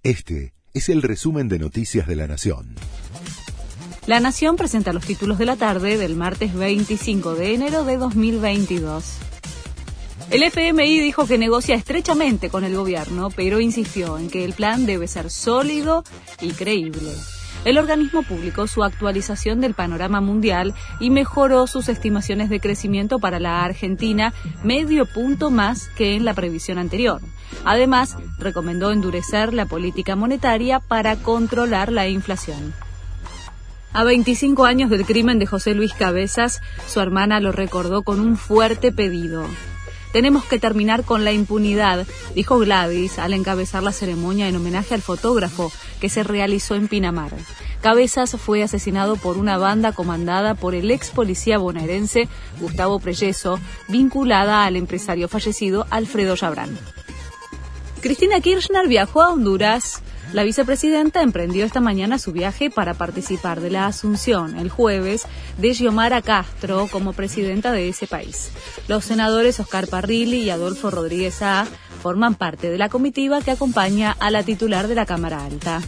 Este es el resumen de Noticias de la Nación. La Nación presenta los títulos de la tarde del martes 25 de enero de 2022. El FMI dijo que negocia estrechamente con el gobierno, pero insistió en que el plan debe ser sólido y creíble. El organismo publicó su actualización del panorama mundial y mejoró sus estimaciones de crecimiento para la Argentina medio punto más que en la previsión anterior. Además, recomendó endurecer la política monetaria para controlar la inflación. A 25 años del crimen de José Luis Cabezas, su hermana lo recordó con un fuerte pedido. Tenemos que terminar con la impunidad, dijo Gladys al encabezar la ceremonia en homenaje al fotógrafo que se realizó en Pinamar. Cabezas fue asesinado por una banda comandada por el ex policía bonaerense Gustavo Preyeso, vinculada al empresario fallecido Alfredo Yabrán. Cristina Kirchner viajó a Honduras. La vicepresidenta emprendió esta mañana su viaje para participar de la asunción, el jueves, de Xiomara Castro como presidenta de ese país. Los senadores Oscar Parrilli y Adolfo Rodríguez A. forman parte de la comitiva que acompaña a la titular de la Cámara Alta.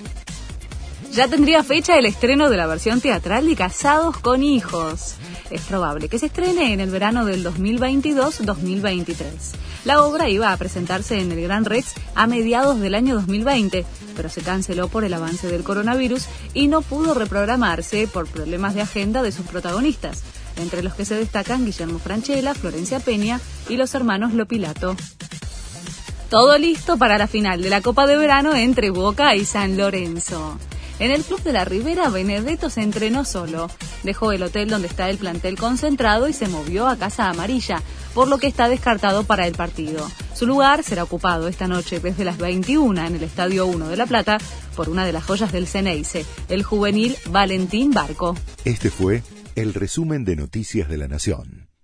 Ya tendría fecha el estreno de la versión teatral de Casados con Hijos. Es probable que se estrene en el verano del 2022-2023. La obra iba a presentarse en el Gran Rex a mediados del año 2020, pero se canceló por el avance del coronavirus y no pudo reprogramarse por problemas de agenda de sus protagonistas, entre los que se destacan Guillermo Francella, Florencia Peña y los hermanos Lopilato. Todo listo para la final de la Copa de Verano entre Boca y San Lorenzo. En el Club de la Ribera, Benedetto se entrenó solo. Dejó el hotel donde está el plantel concentrado y se movió a Casa Amarilla, por lo que está descartado para el partido. Su lugar será ocupado esta noche desde las 21 en el Estadio 1 de La Plata por una de las joyas del Ceneice, el juvenil Valentín Barco. Este fue el resumen de Noticias de la Nación.